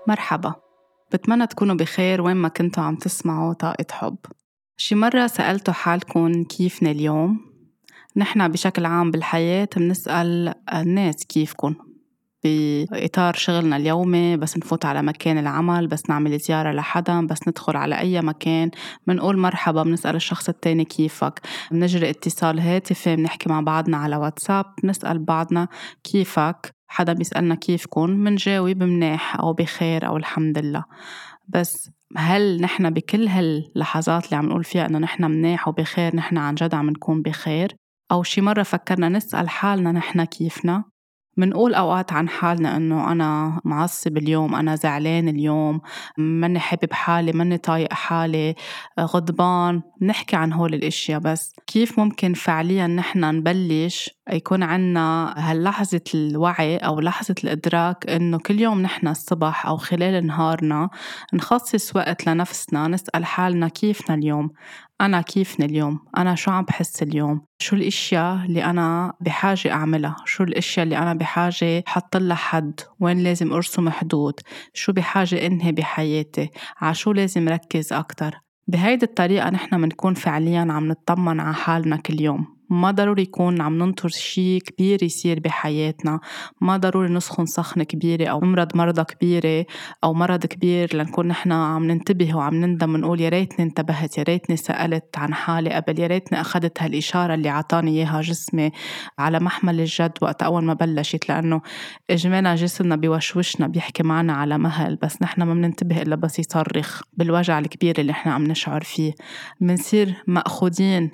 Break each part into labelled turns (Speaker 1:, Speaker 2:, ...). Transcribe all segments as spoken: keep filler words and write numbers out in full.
Speaker 1: مرحبا، بتمنى تكونوا بخير وين ما كنتوا عم تسمعوا طاقة حب. شي مرة سألتوا حالكم كيفنا اليوم؟ نحنا بشكل عام بالحياة بنسأل الناس كيفكن بإطار شغلنا اليومي، بس نفوت على مكان العمل، بس نعمل زيارة لحدا، بس ندخل على أي مكان منقول مرحبا، بنسأل الشخص التاني كيفك. بنجري اتصال هاتفي، بنحكي مع بعضنا على واتساب، بنسأل بعضنا كيفك. حدا بيسألنا كيفكن منجاوب منيح أو بخير أو الحمد لله. بس هل نحنا بكل هاللحظات اللي عم نقول فيها أنه نحنا منيح وبخير نحنا عن جد عم نكون بخير؟ أو شي مرة فكرنا نسأل حالنا نحنا كيفنا؟ منقول أوقات عن حالنا أنه أنا معصب اليوم، أنا زعلان اليوم، ماني حابب حالي، ماني طايق حالي، غضبان. نحكي عن هول الاشياء، بس كيف ممكن فعليا نحنا نبلش يكون عنا هاللحظة الوعي أو لحظة الإدراك أنه كل يوم نحنا الصبح أو خلال نهارنا نخصص وقت لنفسنا، نسأل حالنا كيفنا اليوم؟ أنا كيفني اليوم؟ أنا شو عم بحس اليوم؟ شو الاشياء اللي أنا بحاجة أعملها؟ شو الاشياء اللي أنا بحاجة حط لها حد؟ وين لازم أرسم حدود؟ شو بحاجة أنهي بحياتي؟ عشو لازم ركز أكتر؟ بهيدي الطريقة نحنا منكون فعليا عم نطمن على حالنا كل يوم. ما ضروري يكون عم ننطر شيء كبير يصير بحياتنا، ما ضروري نسخن سخنة كبيرة أو نمرض مرضى كبيرة أو مرض كبير لنكون نحنا عم ننتبه وعم نندم ونقول يا ريتني انتبهت، يا ريتني سألت عن حالي قبل، يا ريتني أخذت هالإشارة اللي عطاني إياها جسمي على محمل الجد وقت أول ما بلشت. لأنه إجمالا جسمنا بيوشوشنا، بيحكي معنا على مهل، بس نحنا ما بننتبه إلا بس يصرخ بالوجع الكبير اللي نحنا عم نشعر فيه. منصير مأخوذين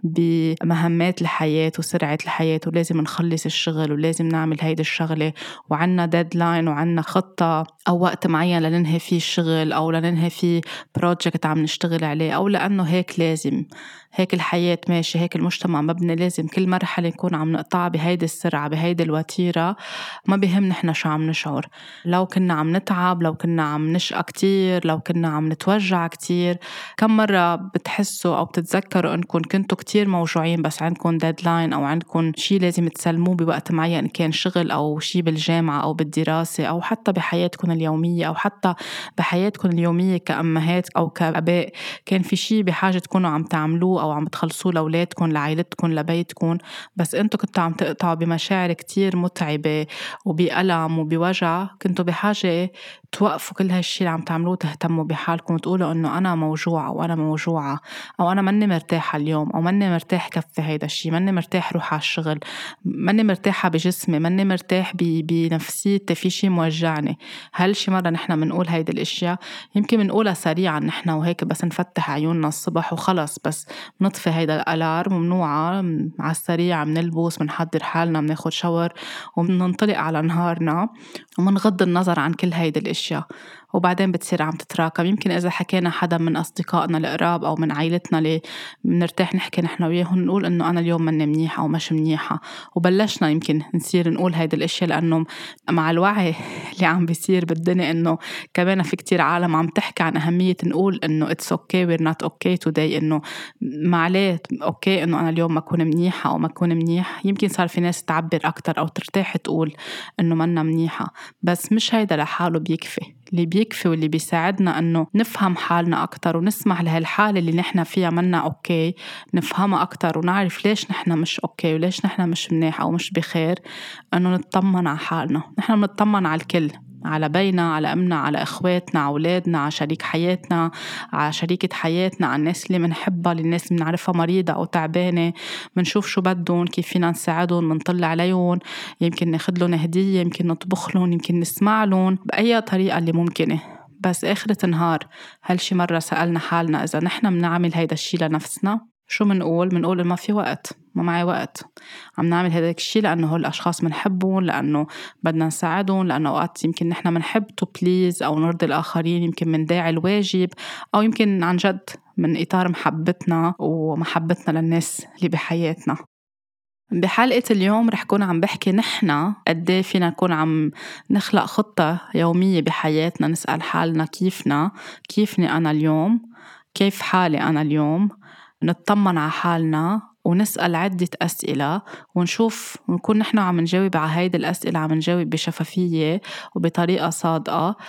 Speaker 1: بمهمات الحياة وسرعة الحياة، ولازم نخلص الشغل ولازم نعمل هيدا الشغلة وعنا ديدلاين وعنا خطة أو وقت معين لننهي فيه الشغل أو لننهي فيه بروجكت عم نشتغل عليه، أو لأنه هيك لازم، هيك الحياة ماشي، هيك المجتمع مبني، لازم كل مرحلة نكون عم نقطع بهيدي السرعة بهيدي الوتيرة. ما بهم نحنا شو عم نشعر، لو كنا عم نتعب، لو كنا عم نشقى كتير، لو كنا عم نتوجع كتير. كم مرة بتحسوا أو بتتذكروا أنكم كنتوا كتير موجوعين بس عندكم ديدلاين أو عندكم شي لازم تسلموه بوقت معين، إن كان شغل أو شي بالجامعة أو بالدراسة أو حتى بحياتكم اليومية أو حتى بحياتكم اليومية كأمهات أو كأباء، كان في شي بحاجة تكونوا عم تعملوه أو عم تخلصوه لأولادكم، لعائلتكم، لبيتكم، بس أنتوا كنتوا عم تقطعوا بمشاعر كتير متعبة وبألم وبوجع. كنتوا بحاجة توقفوا كل هالشي اللي عم تعملوه، تهتموا بحالكم وتقولوا أنه أنا موجوعة أو أنا موجوعة أو أنا مني مرتاحة اليوم أو مني مرتاح كفي هيدا الشي، مني مرتاح روح على الشغل، مني مرتاحة بجسمي، مني مرتاح بنفسيتي، في شي موجعني. هل شي مرة نحنا منقول هيدا الاشياء؟ يمكن منقولها سريعا نحنا وهيك بس نفتح عيوننا الصبح وخلص، بس نطفي هيدا الألارم ومنوعة على السريع، منلبس، منحضر حالنا، مناخد شاور ومننطلق على نهارنا ومنغض النظر عن كل هيدا الاشياء. وبعدين بتصير عم تتراكم. يمكن إذا حكينا حدا من أصدقائنا القراب أو من عائلتنا اللي منرتاح نحكي نحنا وياهم، نقول إنه أنا اليوم مني منيحة أو مش منيحة، وبلشنا يمكن نصير نقول هيدا الاشياء لأنه مع الوعي اللي عم بيصير بالدنيا إنه كمان في كتير عالم عم تحكي عن أهمية نقول إنه it's okay we're not okay today، إنه معليه أوكي إنه أنا اليوم ما أكون منيحة أو ما أكون منيح. يمكن صار في ناس تعبر أكتر أو ترتاح تقول إنه منا منيحة، بس مش هيدا لحاله بيكفي. اللي بيكفي واللي بيساعدنا إنه نفهم حالنا أكتر ونسمح لهالحالة اللي نحنا فيها منا أوكي، نفهمها أكتر ونعرف ليش نحنا مش أوكي وليش نحنا مش منيح أو مش بخير، إنه نطمن على حالنا. نحنا بنطمن على الكل، على بينا، على أمنا، على إخواتنا، على أولادنا، على شريك حياتنا، على شريكة حياتنا، على الناس اللي منحبها، للناس اللي منعرفها مريضة أو تعبانة، منشوف شو بدهم، كيف فينا نساعدهم، منطل عليهم، يمكن ناخد لهم هدية، يمكن نطبخ لهم، يمكن نسمع لهم بأي طريقة اللي ممكنة. بس آخرة النهار هل شي مرة سألنا حالنا إذا نحنا منعمل هيدا الشي لنفسنا؟ شو منقول؟ منقول ما في وقت، ما معي وقت، عم نعمل هذا الشيء لأنه هول الأشخاص منحبهم، لأنه بدنا نساعدهم، لأنه أوقات يمكن نحنا منحب تو بليز أو نرضي الآخرين، يمكن من داعي الواجب، أو يمكن عن جد من إطار محبتنا ومحبتنا للناس اللي بحياتنا. بحلقة اليوم رح كون عم بحكي نحنا قديه فينا نكون عم نخلق خطة يومية بحياتنا، نسأل حالنا كيفنا، كيفني أنا اليوم، كيف حالي أنا اليوم، نطمن على حالنا ونسأل عدة أسئلة ونشوف ونكون نحن عم نجاوب على هيدا الأسئلة، عم نجاوب بشفافية وبطريقة صادقة.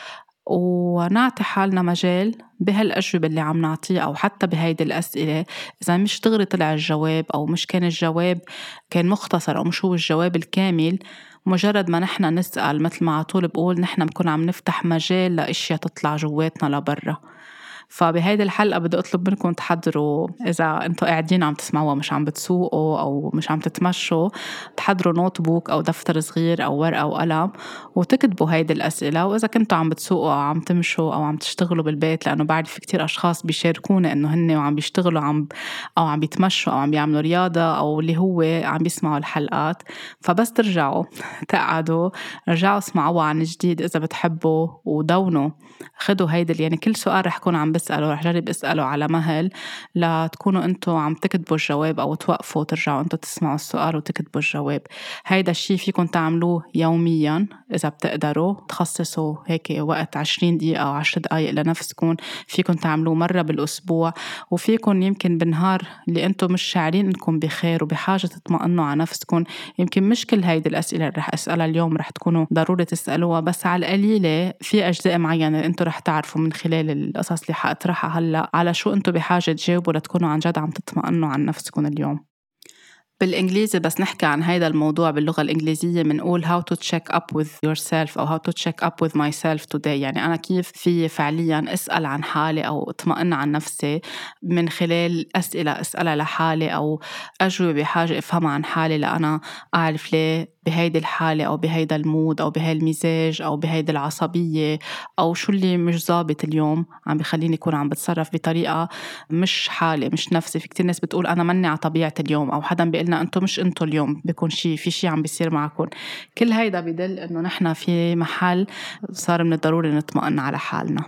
Speaker 1: ونعطي حالنا مجال بهالأجوبة اللي عم نعطيه أو حتى بهيدي الأسئلة. إذا مش دغري طلع الجواب أو مش كان الجواب كان مختصر أو مش هو الجواب الكامل، مجرد ما نحنا نسأل مثل ما عطول بقول نحنا بكون عم نفتح مجال لأشياء تطلع جواتنا لبرا. فبهيدي الحلقة بدي أطلب منكم تحضروا، إذا أنتوا قاعدين عم تسمعوها مش عم بتسوقوا أو مش عم تتمشوا، تحضروا نوت بوك أو دفتر صغير أو ورقة وقلم وتكتبوا هيدي الأسئلة. وإذا كنتوا عم بتسوقوا أو عم تمشوا أو عم تشتغلوا بالبيت، لأنه بعد في كتير أشخاص بيشاركونا إنه هن وعم بيشتغلوا عم أو عم بيتمشوا أو عم بيعملوا رياضة أو اللي هو عم بيسمعوا الحلقات، فبس ترجعوا تقعدوا رجعوا اسمعوها عن جديد إذا بتحبوا ودونوا خدوا هيدي. يعني كل سؤال رح كون عم بسأله رح جرب أسأله على مهل لتكونوا أنتوا عم تكتبوا الجواب أو توقفوا ترجعوا أنتوا تسمعوا السؤال وتكتبوا الجواب. هيدا الشي فيكم تعملوه يوميا إذا بتقدروا تخصصوا هيك وقت عشرين دقيقة أو عشر دقايق لنفسكم. فيكم تعملوه مرة بالأسبوع، وفيكم يمكن بالنهار اللي أنتوا مش شاعرين أنكم بخير وبحاجة تطمئنوا على نفسكم، يمكن مش كل هيدي الأسئلة اللي رح أسألها اليوم رح تكونوا ضروري تسألوها، بس على القليلة في أجزاء معينة أنتوا رح تعرفوا من خلال القصص اللي حأطرحها هلأ على شو أنتوا بحاجة تجاوبوا لتكونوا عن جد عم تطمئنوا عن نفسكم اليوم. بالإنجليزي بس نحكي عن هيدا الموضوع باللغة الإنجليزية منقول how to check up with yourself أو how to check up with myself today. يعني أنا كيف في فعليا أسأل عن حالي أو أطمئن عن نفسي من خلال أسئلة أسألها لحالي أو أجوبة بحاجة أفهمها عن حالي لأنا أعرف ليه بهيدي الحالة أو بهيدا المود أو بهاي المزاج أو بهيدي العصبية أو شو اللي مش ضابط اليوم عم بخليني أكون عم بتصرف بطريقة مش حالي مش نفسي. في كتير ناس بتقول أنا مني على طبيعة اليوم، أو حدا بيقلنا أنتوا مش أنتوا اليوم، بيكون شي في شي عم بيصير معكم. كل هيدا بدل إنه نحنا في محل صار من الضروري نطمئن على حالنا.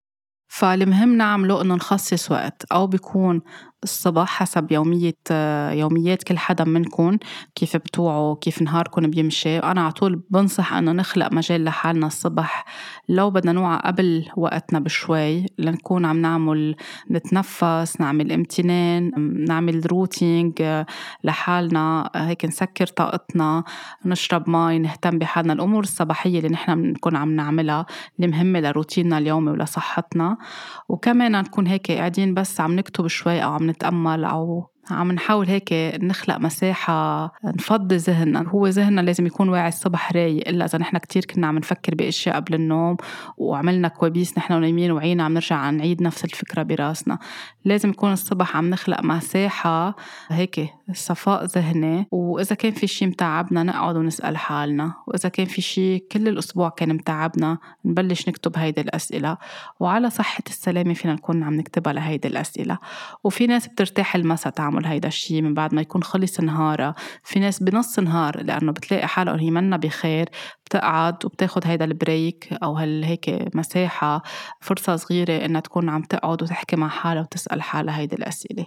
Speaker 1: فالمهم نعمله إنه نخصص وقت، أو بيكون الصباح حسب يومية يوميات كل حدا منكم كيف بتوعوا كيف نهاركم بيمشي. أنا عطول بنصح أنه نخلق مجال لحالنا الصبح لو بدنا نوعى قبل وقتنا بشوي لنكون عم نعمل نتنفس نعمل امتنان نعمل روتينج لحالنا هيك نسكر طاقتنا نشرب ماء نهتم بحالنا. الأمور الصباحية اللي نحنا بنكون عم نعملها اللي مهمة لروتيننا اليومي ولصحتنا. وكمان نكون هيك قاعدين بس عم نكتب شوي أو عم نتأمل أو عم نحاول هيك نخلق مساحة نفضي ذهننا. هو ذهننا لازم يكون واعي الصبح رايق، إلا إذا نحنا كتير كنا عم نفكر بأشياء قبل النوم وعملنا كوابيس نحنا ونايمين وعينا عم نرجع نعيد نفس الفكرة براسنا. لازم يكون الصبح عم نخلق مساحة هيك صفاء ذهني. وإذا كان في شي متعبنا نقعد ونسأل حالنا، وإذا كان في شي كل الأسبوع كان متعبنا نبلش نكتب هيدي الأسئلة. وعلى صحة السلامة فينا نكون عم نكتبها لهيدي الأسئلة. وفي ناس بترتاح المسا تعمل هيدا الشي من بعد ما يكون خلص نهارها. في ناس بنص نهار لأنه بتلاقي حالها هي منا بخير بتقعد وبتاخد هيدا البريك أو هال هيك مساحة فرصة صغيرة إنها تكون عم تقعد وتحكي مع حالها وتسأل حالها هيدي الأسئلة.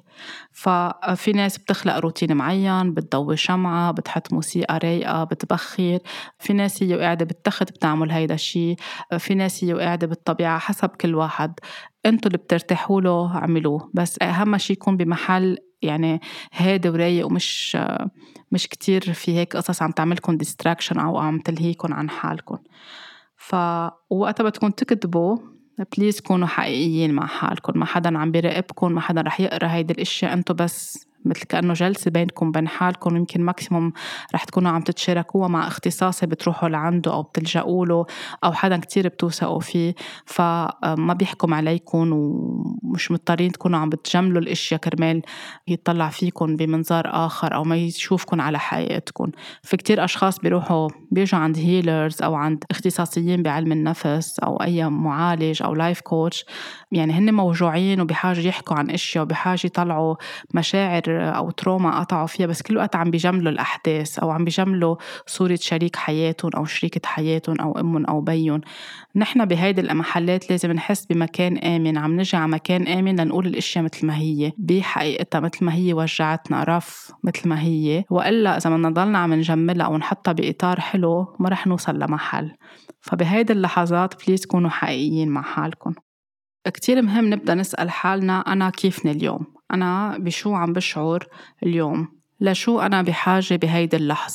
Speaker 1: ففي ناس بتخلق روتين معين، بتضوي شمعة، بتحط موسيقى رايقة، بتبخر. في ناس هي وقاعدة بالتخت بتعمل هيدا الشي. في ناس هي وقاعدة بالطبيعة. حسب كل واحد انتوا اللي بترتاحوا له عملوه، بس أهم شي يكون بمحل يعني هادي ورايق ومش مش كتير في هيك قصص عم تعملكم distraction أو عم تلهيكم عن حالكم. فوقتها بتكون تكتبوا بليز كونوا حقيقيين مع حالكم، ما حدا عم بيراقبكم، ما حدا رح يقرأ هيدي الاشياء. انتوا بس مثل كأنه جلسة بينكم بين حالكم. يمكن ماكسيموم رح تكونوا عم تتشاركوها مع اختصاصي بتروحوا لعنده أو بتلجأوا له أو حدا كتير بتوثقوا فيه، فما بيحكم عليكم ومش مضطرين تكونوا عم بتجملوا الاشياء كرمال يطلع فيكم بمنظار آخر أو ما يشوفكم على حقيقتكم. في كتير أشخاص بيروحوا بيجوا عند هيلرز أو عند اختصاصيين بعلم النفس أو أي معالج أو لايف كوتش، يعني هن موجوعين وبحاجة يحكوا عن اشياء وبحاجة يطلعوا مشاعر أو تروما قطعوا فيها، بس كل وقت عم بيجملوا الأحداث أو عم بيجملوا صورة شريك حياتهم أو شريكة حياتهم أو أمهم أو بيهم. نحن بهيدي المحلات لازم نحس بمكان آمن، عم نجي على مكان آمن لنقول الأشياء مثل ما هي بحقيقتها، مثل ما هي وجعتنا رف مثل ما هي. وإلا إذا بدنا نضلنا عم نجملها أو نحطها بإطار حلو ما رح نوصل لمحل. فبهيدي اللحظات بليز كونوا حقيقيين مع حالكم. كتير مهم نبدأ نسأل حالنا أنا كيفني اليوم، أنا بشو عم بشعر اليوم، لشو أنا بحاجة بهيدي اللحظة.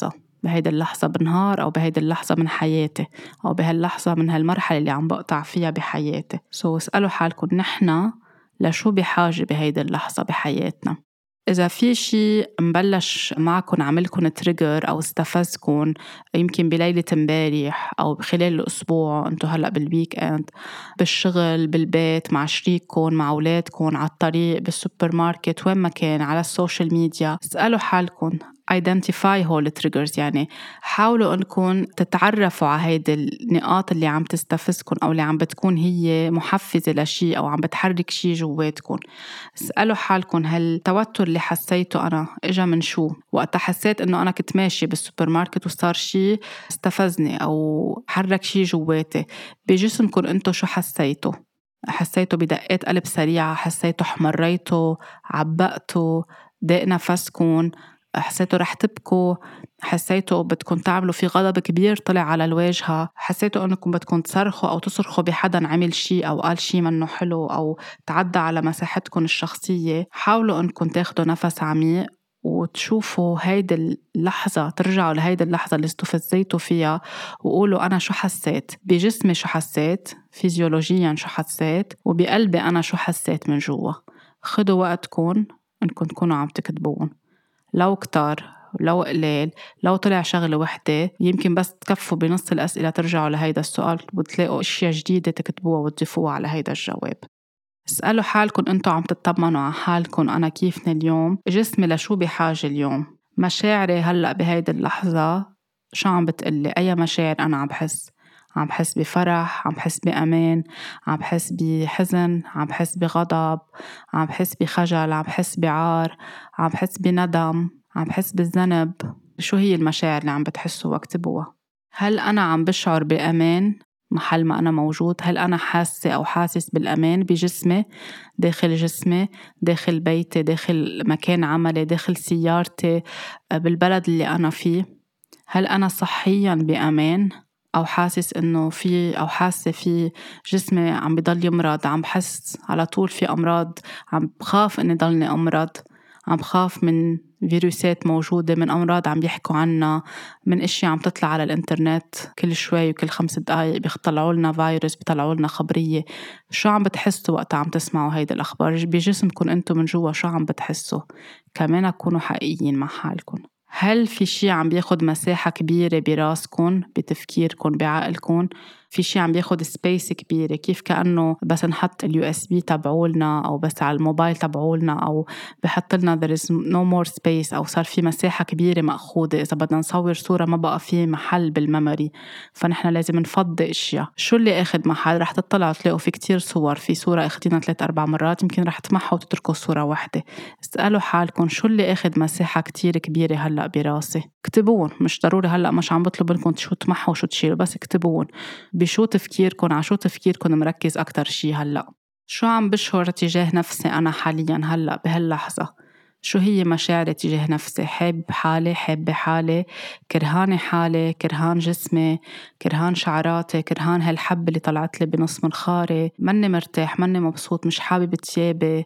Speaker 1: بهيدي اللحظة بالنهار أو بهيدي اللحظة من حياتي أو بهاللحظة من هالمرحلة اللي عم بقطع فيها بحياتي. سو اسألوا حالكم نحنا لشو بحاجة بهيدي اللحظة بحياتنا. إذا في شي مبلش معكن عملكن تريجر أو استفزكن يمكن بليلة مبارح أو خلال الأسبوع، أنتو هلأ بالويك أند، بالشغل، بالبيت، مع شريككن، مع أولادكن، على الطريق، بالسوبر ماركت، وين ما كان، على السوشيال ميديا، اسألوا حالكن identify all triggers. يعني حاولوا أنكم تتعرفوا على هيدي النقاط اللي عم تستفزكن أو اللي عم بتكون هي محفزة لشي أو عم بتحرك شي جواتكن. اسألوا حالكن هل التوتر اللي حسيته أنا إجا من شو؟ وقت حسيت إنه أنا كنت ماشي بالسوبر ماركت وصار شي استفزني أو حرك شي جواتي بجسمكن، أنتو شو حسيتوا؟ حسيتوا بدقات قلب سريعة؟ حسيتوا حمريتوا؟ عبقتوا؟ ضاق نفسكن؟ حسيتوا رح تبكوا؟ حسيتوا بدكم تعملوا في غضب كبير طلع على الواجهة؟ حسيتوا أنكم بدكم تصرخوا أو تصرخوا بحدا عمل شيء أو قال شيء منه حلو أو تعدى على مساحتكم الشخصية؟ حاولوا أنكم تاخدوا نفس عميق وتشوفوا هيدي اللحظة، ترجعوا لهيدي اللحظة اللي استفزيتوا فيها وقولوا أنا شو حسيت بجسمي، شو حسيت فيزيولوجيا، شو حسيت وبقلبي أنا شو حسيت من جوا. خدوا وقتكم أنكم تكونوا عم تكتبون، لو كتار لو قليل، لو طلع شغلة وحدة يمكن بس تكفوا بنص الأسئلة ترجعوا لهيدا السؤال وتلاقوا أشياء جديدة تكتبوها وتضيفوها على هيدا الجواب. اسألوا حالكم أنتوا عم تطمنوا على حالكم أنا كيفني اليوم، جسمي لشو بحاجة اليوم، مشاعري هلأ بهيدي اللحظة شو عم بتقلي، أي مشاعر أنا عم بحس؟ عم بحس بفرح، عم بحس بأمان، عم بحس بحزن، عم بحس بغضب، عم بحس بخجل، عم بحس بعار، عم بحس بندم، عم بحس بالذنب. شو هي المشاعر اللي عم بتحسوا واكتبوها؟ هل أنا عم بشعر بأمان محل ما أنا موجود؟ هل أنا حاسة أو حاسس بالأمان بجسمي، داخل جسمي، داخل بيتي، داخل مكان عملي، داخل سيارتي، بالبلد اللي أنا فيه؟ هل أنا صحياً بأمان أو حاسس إنه في أو حاسة في جسمي عم بضل يمرض، عم بحس على طول في أمراض، عم بخاف إني ضلني أمرض، عم بخاف من فيروسات موجودة، من أمراض عم بيحكوا عنها، من إشياء عم تطلع على الإنترنت كل شوي وكل خمس دقايق بيطلعوا لنا فيروس، بيطلعوا لنا خبرية. شو عم بتحسوا وقت عم تسمعوا هيدا الأخبار بجسمكم أنتم من جوا؟ شو عم بتحسوا؟ كمان كونوا حقيقيين مع حالكم. هل في شي عم بياخد مساحة كبيرة براسكن، بتفكيركن، بعقلكن؟ في شي عم بياخد سبيس كبيرة، كيف كأنه بس نحط اليو اس بي تبعولنا أو بس على الموبايل تبعولنا أو بحط لنا there is no more space أو صار في مساحة كبيرة مأخوذة. إذا بدنا نصور صورة ما بقى في محل بالميموري، فنحن لازم نفضي إشياء. شو اللي أخد محل؟ رح تطلعوا تلاقوا في كتير صور، في صورة أخدينها ثلاث أربع مرات يمكن رح تمحوا وتتركوا صورة واحدة. اسألوا حالكم شو اللي أخد مساحة كتير كبيرة هلأ براسي؟ اكتبون، مش ضروري هلأ، مش عم بطلب منكم شو تمحوا شو تشيلوا، بس اكتبون بشو تفكيركم، عشو تفكيركم مركز أكتر شي هلأ. شو عم بشعر تجاه نفسي أنا حاليا هلأ بهاللحظة؟ شو هي مشاعري تجاه نفسي؟ حب حالي، حب حالي، كرهاني حالي، كرهان جسمي، كرهان شعراتي، كرهان هالحب اللي طلعت لي بنص منخاري، مني مرتاح، مني مبسوط، مش حابب تيابي،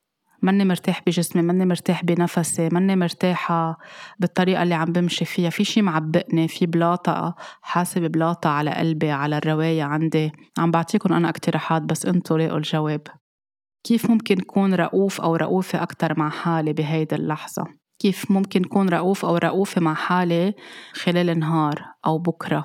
Speaker 1: مني مرتاح بجسمي، مني مرتاح بنفسي، مني مرتاحة بالطريقة اللي عم بمشي فيها، في شي معبقني، في بلاطة، حاسة ببلاطة على قلبي، على الرواية عندي. عم بعطيكم أنا اقتراحات بس أنتوا لاقوا الجواب. كيف ممكن كون رؤوف أو رؤوفة أكتر مع حالي بهيدا اللحظة؟ كيف ممكن كون رؤوف أو رؤوفة مع حالي خلال النهار أو بكرة؟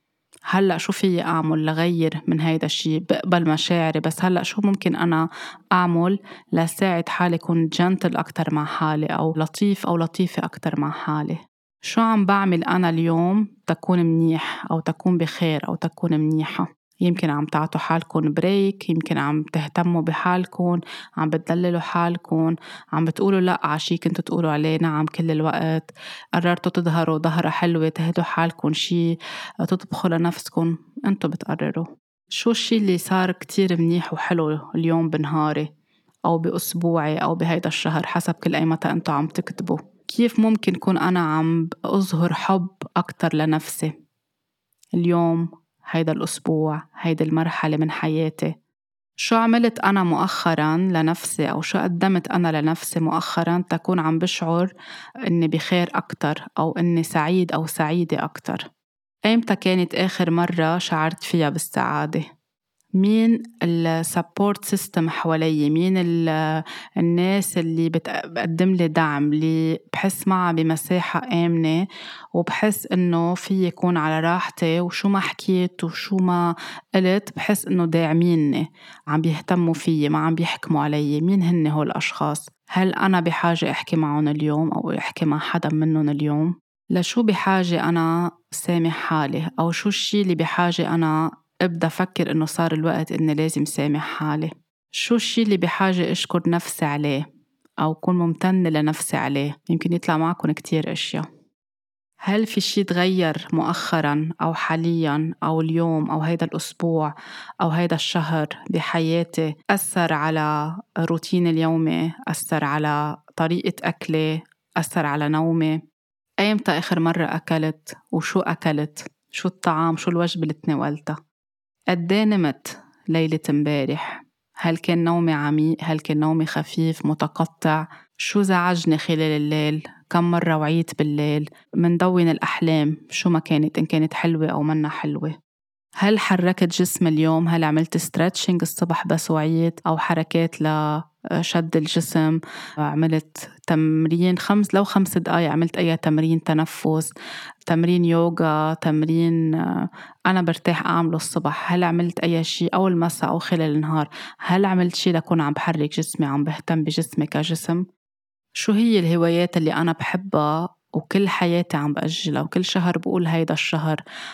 Speaker 1: هلأ شو في أعمل لغير من هيدا الشي؟ بقبل مشاعري، بس هلأ شو ممكن أنا أعمل لساعد حالي كون جنتل أكتر مع حالي أو لطيف أو لطيفة أكتر مع حالي؟ شو عم بعمل أنا اليوم تكون منيح أو تكون بخير أو تكون منيحة؟ يمكن عم تعطوا حالكم بريك، يمكن عم تهتموا بحالكم، عم بتدللوا حالكم، عم بتقولوا لأ عشي كنتوا تقولوا عليه نعم كل الوقت، قررتوا تظهروا ظهرة حلوة، تهدوا حالكم شي، تطبخوا لنفسكم، انتوا بتقرروا. شو الشي اللي صار كتير منيح وحلو اليوم بنهاري أو بأسبوعي أو بهيدا الشهر حسب كل أي متى انتوا عم تكتبوا؟ كيف ممكن كون أنا عم أظهر حب أكتر لنفسي اليوم، هيدا الأسبوع، هيدا المرحلة من حياتي؟ شو عملت أنا مؤخراً لنفسي أو شو قدمت أنا لنفسي مؤخراً تكون عم بشعر إني بخير أكتر أو إني سعيد أو سعيدة أكتر؟ أيمتى كانت آخر مرة شعرت فيها بالسعادة؟ مين ال support system حوالي؟ مين ال- الناس اللي بت- بتقدم لي دعم، اللي بحس معها بمساحة آمنة وبحس إنه في يكون على راحتي، وشو ما حكيت وشو ما قلت بحس إنه داعميني، عم بيهتموا فيي، ما عم بيحكموا علي. مين هن هول الأشخاص؟ هل أنا بحاجة أحكي معهم اليوم أو أحكي مع حدا منهم اليوم؟ لشو بحاجة أنا سامح حالي؟ أو شو الشي اللي بحاجة أنا أبدأ أفكر إنه صار الوقت إني لازم سامح حالي؟ شو الشي اللي بحاجة أشكر نفسي عليه أو كون ممتنة لنفسي عليه؟ يمكن يطلع معكم كتير أشياء. هل في شي تغير مؤخراً أو حالياً أو اليوم أو هيدا الأسبوع أو هيدا الشهر بحياتي أثر على روتين اليومي، أثر على طريقة أكلي، أثر على نومي؟ أيمتى آخر مرة أكلت وشو أكلت؟ شو الطعام، شو الوجبة اللي تناولتها؟ قديه نمت ليلة امبارح؟ هل كان نومي عميق؟ هل كان نومي خفيف متقطع؟ شو زعجني خلال الليل؟ كم مرة وعيت بالليل؟ مندون الأحلام شو ما كانت، إن كانت حلوة أو منا حلوة. هل حركت جسم اليوم؟ هل عملت ستريتشنج الصبح بس وعيت، أو حركات لشد الجسم؟ عملت تمرين خمس لو خمس دقايق، عملت أي تمرين تنفس، تمرين يوغا، تمرين أنا برتاح أعمله الصبح؟ هل عملت أي شيء أو المساء أو خلال النهار؟ هل عملت شيء لكون عم بحرك جسمي، عم بهتم بجسمي كجسم؟ شو هي الهوايات اللي أنا بحبها وكل حياتي عم بأجلها وكل شهر بقول هيدا الشهر،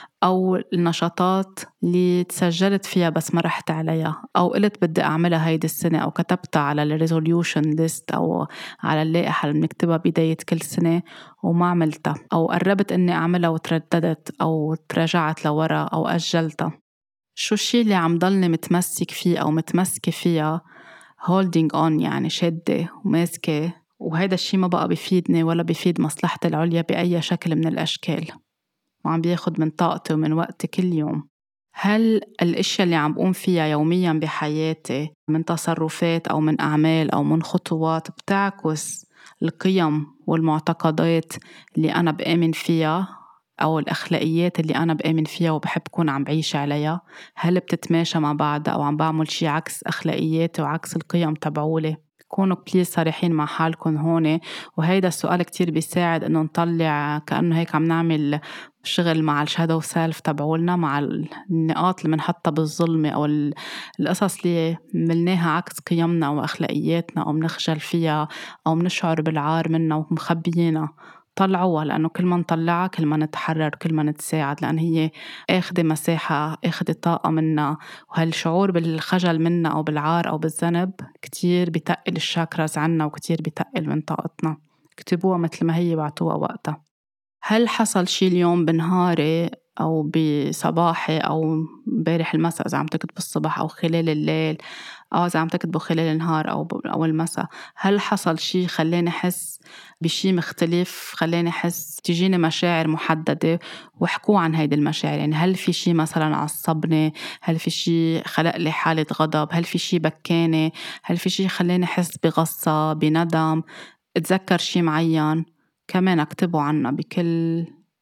Speaker 1: أو النشاطات اللي تسجلت فيها بس ما رحت عليها أو قلت بدي أعملها هيدي السنة أو كتبتها على الريزوليوشن ليست أو على اللائحة اللي بنكتبها بداية كل سنة وما عملتها، أو قربت إني أعملها وترددت أو تراجعت لورا أو أجلتها. شو الشي اللي عم ضلني متمسك فيه أو متمسكة فيها holding on، يعني شدة وماسكة، وهيدا الشي ما بقى بيفيدني ولا بيفيد مصلحتي العليا بأي شكل من الأشكال وعم بياخد من طاقتي ومن وقتي كل يوم؟ هل الأشياء اللي عم بقوم فيها يومياً بحياتي من تصرفات أو من أعمال أو من خطوات بتعكس القيم والمعتقدات اللي أنا بآمن فيها أو الأخلاقيات اللي أنا بآمن فيها وبحب كون عم بعيش عليها؟ هل بتتماشى مع بعض أو عم بعمل شي عكس أخلاقياتي وعكس القيم تبعولي؟ كونوا بليز صريحين مع حالكم هون. وهيدا السؤال كتير بيساعد إنه نطلع كأنه هيك عم نعمل شغل مع الشادو سيلف تبعولنا، مع النقاط اللي منحطها بالظلمة أو القصص اللي ملناها عكس قيمنا وأخلاقياتنا أو منخجل فيها أو منشعر بالعار منها ومخبيينها. طلعوها، لأنه كل ما نطلعها كل ما نتحرر كل ما نتساعد، لأن هي أخذ مساحة أخذ طاقة منا، وهالشعور بالخجل منا أو بالعار أو بالذنب كتير بيتقل الشاكراز عنا وكتير بيتقل من طاقتنا. اكتبوها مثل ما هي بعطوها وقتها. هل حصل شي اليوم بنهاري أو بصباحي أو مبارح المساء إذا عم تكتبوا بالصبح أو خلال الليل أو إذا عم تكتبوا خلال النهار أو أو المساء، هل حصل شي خلاني أحس بشي مختلف، خلاني أحس تجيني مشاعر محددة؟ وحكوا عن هيدي المشاعر. يعني هل في شي مثلا عصبني؟ هل في شي خلق لي حالة غضب؟ هل في شي بكاني؟ هل في شي خلاني أحس بغصة بندم؟ اتذكر شي معين كمان اكتبوا عنها بكل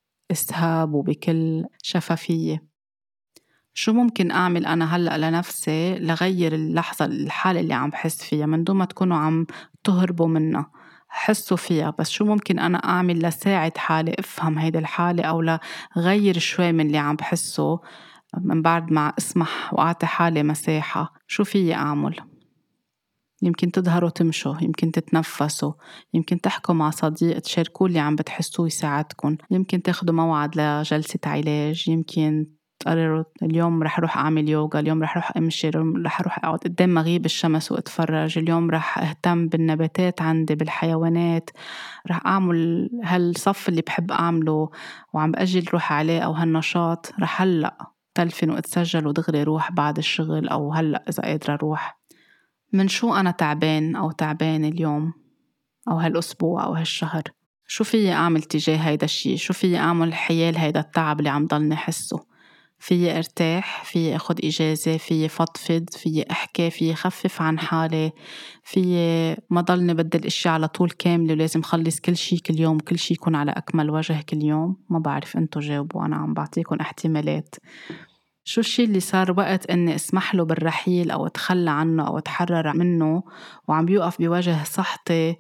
Speaker 1: إسهاب وبكل شفافية. شو ممكن أعمل أنا هلأ لنفسي لغير اللحظة الحالة اللي عم بحس فيها من دون ما تكونوا عم تهربوا منها؟ حسوا فيها، بس شو ممكن أنا أعمل لساعد حالي أفهم هيدا الحالة أو لغير شوي من اللي عم بحسه من بعد ما أسمح وأعطي حالي مساحة؟ شو فيي أعمل؟ يمكن تظهروا تمشوا، يمكن تتنفسوا، يمكن تحكوا مع صديق تشاركوا اللي عم بتحسوه يساعدكم، يمكن تاخدوا موعد لجلسة علاج، يمكن تقرروا اليوم رح أروح أعمل يوغا، اليوم رح أروح أمشي، اليوم رح أروح أقعد قدام مغيب الشمس وأتفرج، اليوم رح أهتم بالنباتات عندي بالحيوانات، رح أعمل هالصف اللي بحب أعمله وعم بأجل روح عليه، أو هالنشاط رح هلأ تلفن وأتسجل ودغري روح بعد الشغل، أو هلأ إذا قادرة روح. من شو أنا تعبان أو تعبان اليوم أو هالأسبوع أو هالشهر؟ شو فيي أعمل تجاه هيدا الشي؟ شو فيي أعمل حيال هيدا التعب اللي عم ضلني حسه؟ في ارتاح، في أخذ إجازة، في فضفض، في أحكي، في خفف عن حالي، في ما ضلني بدل إشياء على طول كاملة ولازم خلص كل شي كل يوم، كل شي يكون على أكمل وجه كل يوم. ما بعرف أنتو جاوبوا، أنا عم بعطيكم احتمالات. شو الشي اللي صار وقت أني أسمح له بالرحيل أو أتخلى عنه أو أتحرر منه وعم بيوقف بوجه صحتي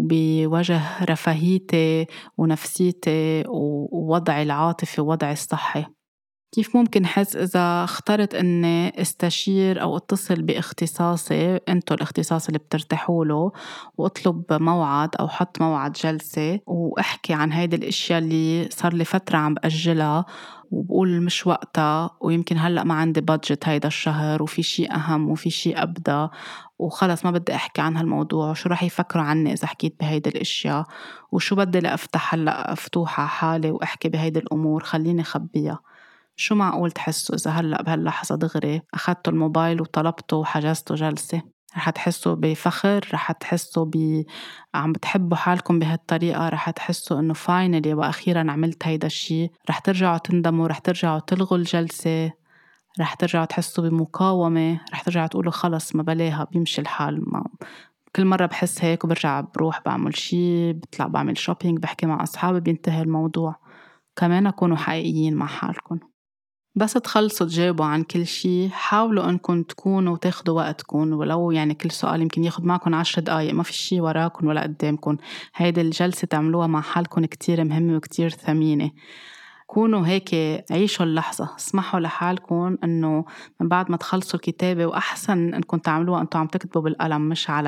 Speaker 1: وبوجه رفاهيتي ونفسيتي ووضعي العاطفي ووضعي الصحي؟ كيف ممكن حس إذا اخترت أني استشير أو اتصل باختصاصي، أنتو الاختصاص اللي بترتاحوا له، وأطلب موعد أو حط موعد جلسة وأحكي عن هيدا الاشياء اللي صار لي فترة عم بأجلها وبقول مش وقتها، ويمكن هلأ ما عندي بادجت هيدا الشهر وفي شي أهم وفي شي أبدا وخلص ما بدي أحكي عن هالموضوع، وشو رح يفكروا عني إذا حكيت بهيدا الاشياء، وشو بدي لأفتح هلأ أفتوحة حالي وأحكي بهيدا الأمور، خليني خبيها. شو معقول تحسوا إذا هلأ بهاللحظة دغري أخدتوا الموبايل وطلبتوا وحجزتوا جلسة؟ رح تحسوا بفخر، رح تحسوا ب عم بتحبوا حالكم بهالطريقة، رح تحسوا إنه فاينلي وأخيرا عملت هيدا الشي، رح ترجعوا تندموا، رح ترجعوا تلغوا الجلسة، رح ترجعوا تحسوا بمقاومة، رح ترجعوا تقولوا خلص ما بلاها بيمشي الحال. ما كل مرة بحس هيك وبرجع بروح بعمل شي، بطلع بعمل شوبينج، بحكي مع أصحابي، بينتهي الموضوع. كمان كونوا حقيقيين مع حالكم. بس تخلصوا تجاوبوا عن كل شي، حاولوا أنكم تكونوا وتاخدوا وقتكم، ولو يعني كل سؤال يمكن ياخد معكم عشر دقايق، ما في شي وراكم ولا قدامكم. هيدي الجلسة تعملوها مع حالكم كتير مهمة وكتير ثمينة. كونوا هيك، عيشوا اللحظة، اسمحوا لحالكم أنه من بعد ما تخلصوا الكتابة، وأحسن أنكم تعملوها أنتوا عم تكتبوا بالقلم مش على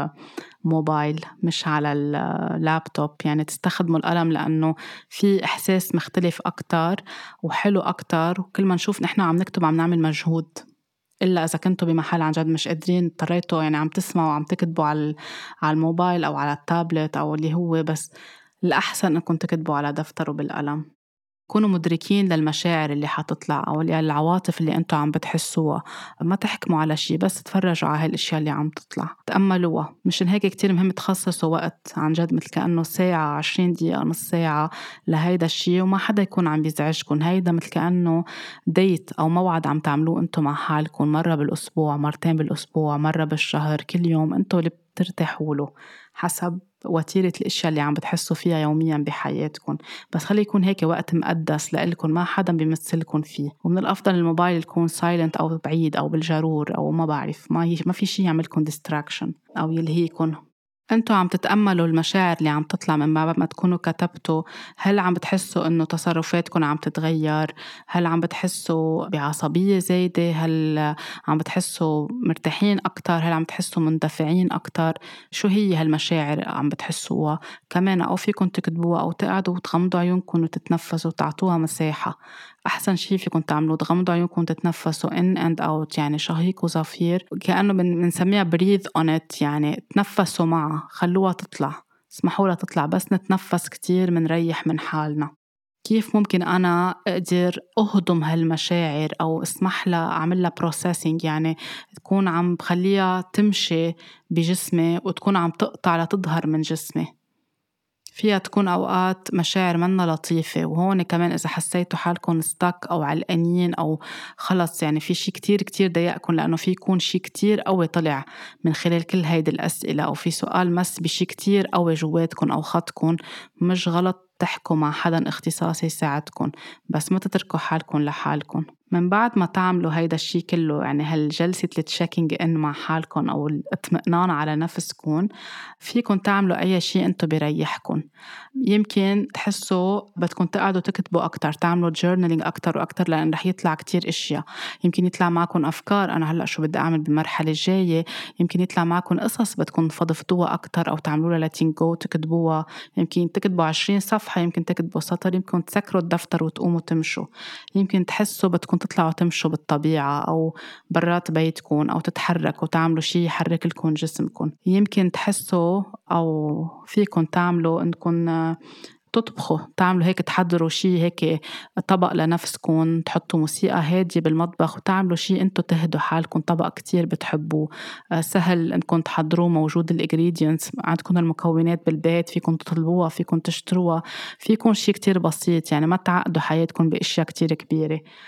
Speaker 1: الموبايل مش على اللابتوب، يعني تستخدموا القلم لأنه في إحساس مختلف أكتر وحلو أكتر، وكل ما نشوف نحن عم نكتب عم نعمل مجهود. إلا إذا كنتوا بمحل عن جد مش قادرين اضطريتوا يعني عم تسمعوا وعم تكتبوا على على الموبايل أو على التابلت أو اللي هو، بس الأحسن أنكم تكتبوا على دفتر وبالقلم. كونوا مدركين للمشاعر اللي حتطلع أو العواطف اللي أنتوا عم بتحسوها، ما تحكموا على شي، بس تفرجوا على هالاشياء اللي عم تطلع، تأملوها. مشان هيك كتير مهم تخصصوا وقت عن جد، مثل كأنه ساعة، عشرين دقيقة، نص ساعة لهيدا الشي، وما حدا يكون عم بيزعجكم. هيدا مثل كأنه ديت أو موعد عم تعملوه أنتوا مع حالكم، مرة بالأسبوع، مرتين بالأسبوع، مرة بالشهر، كل يوم أنتوا اللي بترتاحوا له حسب وتيرة الاشياء اللي عم بتحسوا فيها يوميا بحياتكم. بس خلي يكون هيك وقت مقدس لإلكم، ما حدا بيمثلكم فيه. ومن الأفضل الموبايل يكون سايلنت أو بعيد أو بالجرور أو ما بعرف، ما ي... ما في شي يعملكم distraction أو يلهيكم. أنتوا عم تتأملوا المشاعر اللي عم تطلع من بعد ما تكونوا كتبتوا. هل عم بتحسوا إنه تصرفاتكم عم تتغير؟ هل عم بتحسوا بعصبية زايدة؟ هل عم بتحسوا مرتاحين أكتر؟ هل عم بتحسوا مندفعين أكتر؟ شو هي هالمشاعر عم بتحسوها؟ كمان أو فيكم تكتبوها أو تقعدوا وتغمضوا عيونكم وتتنفسوا وتعطوها مساحة. أحسن شي فيكم تعملوا تغمضوا عيونكم وتتنفسوا in and out، يعني شهيق وزفير، كأنه بنسميها breathe on it، يعني تنفسوا معها، خلوها تطلع، اسمحوا لها تطلع. بس نتنفس كتير منريح من حالنا. كيف ممكن أنا أقدر أهضم هالمشاعر أو اسمح لها أعمل لها processing، يعني تكون عم بخليها تمشي بجسمي وتكون عم تقطع لتظهر من جسمي. فيها تكون أوقات مشاعر منا لطيفة، وهون كمان إذا حسيتوا حالكم ستاك أو علقانين أو خلص يعني في شي كتير كتير ضايقكم، لأنه في يكون شي كتير قوي طلع من خلال كل هيدي الأسئلة، أو في سؤال مس بشي كتير قوي جواتكم أو خطكم، مش غلط تحكوا مع حدا اختصاصي يساعدكم، بس ما تتركوا حالكم لحالكم. من بعد ما تعملوا هيدا الشي كله، يعني هالجلسة التشيكينج إن مع حالكم أو الاطمئنان على نفسكم، فيكن تعملوا أي شي أنتو بيريحكن. يمكن تحسوا بدكم تقعدوا تكتبوا أكتر، تعملوا journaling أكتر وأكتر، لأن رح يطلع كتير إشياء. يمكن يطلع معكم أفكار أنا هلأ شو بدي أعمل بالمرحلة الجاية. يمكن يطلع معكم قصص بدكم تفضفضوها أكتر أو تعملوا لها letting go تكتبوها. يمكن تكتبوا عشرين صفحة، يمكن تكتبوا سطر، يمكن تسكروا الدفتر وتقوموا تمشوا. يمكن تحسوا بدكم تطلعوا تمشوا بالطبيعة أو برات بيتكم أو تتحركوا تعملوا شي يحرك لكم جسمكم. يمكن تحسوا أو فيكم تعملوا إنكم تطبخوا، تعملوا هيك، تحضروا شي هيك طبق لنفسكم، تحطوا موسيقى هادية بالمطبخ وتعملوا شي انتو تهدوا حالكم، طبق كتير بتحبوه سهل انكم تحضروه، موجود الانجريدينتس عندكم، المكونات بالبيت، فيكم تطلبوها، فيكم تشتروها، فيكم شي كتير بسيط، يعني ما تعقدوا حياتكم بأشياء كتير كبيرة.